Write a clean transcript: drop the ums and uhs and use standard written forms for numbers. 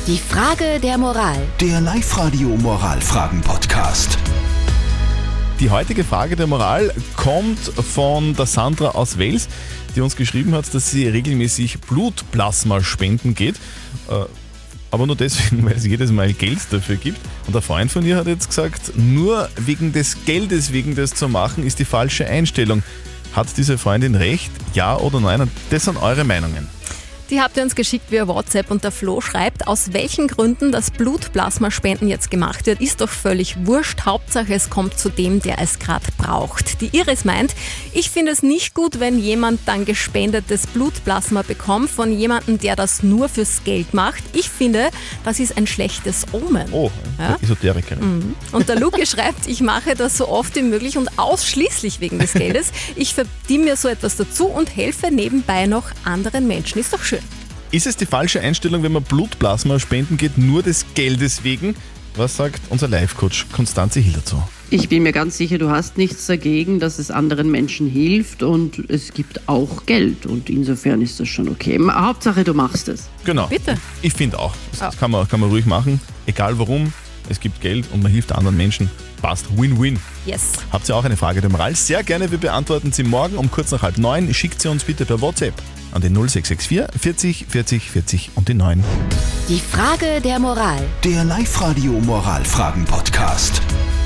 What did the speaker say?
Die Frage der Moral. Der Live-Radio-Moralfragen-Podcast. Die heutige Frage der Moral kommt von der Sandra aus Wels, die uns geschrieben hat, dass sie regelmäßig Blutplasma spenden geht. Aber nur deswegen, weil es jedes Mal Geld dafür gibt. Und ein Freund von ihr hat jetzt gesagt, nur wegen des Geldes, wegen das zu machen, ist die falsche Einstellung. Hat diese Freundin recht? Ja oder nein? Und das sind eure Meinungen. Die habt ihr uns geschickt via WhatsApp und der Flo schreibt, aus welchen Gründen das Blutplasmaspenden jetzt gemacht wird, ist doch völlig wurscht. Hauptsache es kommt zu dem, der es gerade braucht. Die Iris meint, ich finde es nicht gut, wenn jemand dann gespendetes Blutplasma bekommt von jemandem, der das nur fürs Geld macht. Ich finde, das ist ein schlechtes Omen. Oh, ja? Esoterikerin. Und der Luke schreibt, ich mache das so oft wie möglich und ausschließlich wegen des Geldes. Ich verdiene mir so etwas dazu und helfe nebenbei noch anderen Menschen. Ist doch schön. Ist es die falsche Einstellung, wenn man Blutplasma spenden geht, nur des Geldes wegen? Was sagt unser Life-Coach Konstanze Hill dazu? Ich bin mir ganz sicher, du hast nichts dagegen, dass es anderen Menschen hilft und es gibt auch Geld und insofern ist das schon okay. Hauptsache, du machst es. Genau. Bitte. Ich finde auch. Das kann man ruhig machen, egal warum. Es gibt Geld und man hilft anderen Menschen. Passt. Win-win. Yes. Habt ihr auch eine Frage der Moral? Sehr gerne, wir beantworten sie morgen um kurz nach 8:30. Schickt sie uns bitte per WhatsApp an den 0664 40 40 40 und die 9. Die Frage der Moral. Der Live-Radio-Moralfragen-Podcast.